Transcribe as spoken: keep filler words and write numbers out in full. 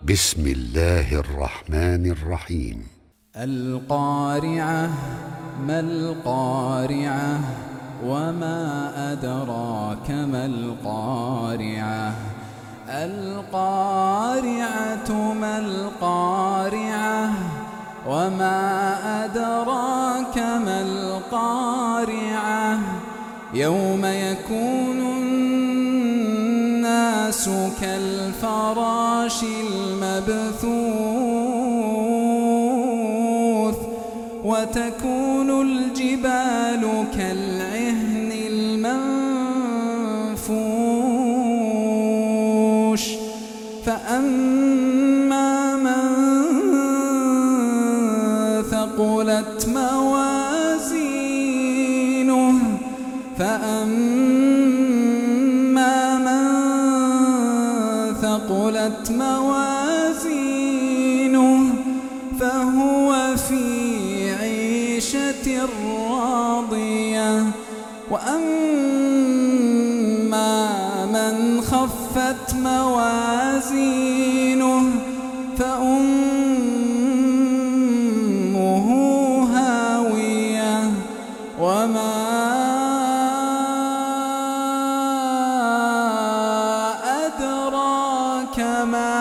بسم الله الرحمن الرحيم. القارعة. ما القارعة؟ وما أدراك ما القارعة؟ القارعة. ما القارعة؟ وما أدراك ما القارعة؟ يوم يكون الناس كالفراش المبثوث وتكون الجبال كالعهن المنفوش فأما من ثقلت موازينه فأما من ثقلت موازينه فهو في عيشة راضية وأما من خفت موازينه فأمه هاوية وما أدراك ما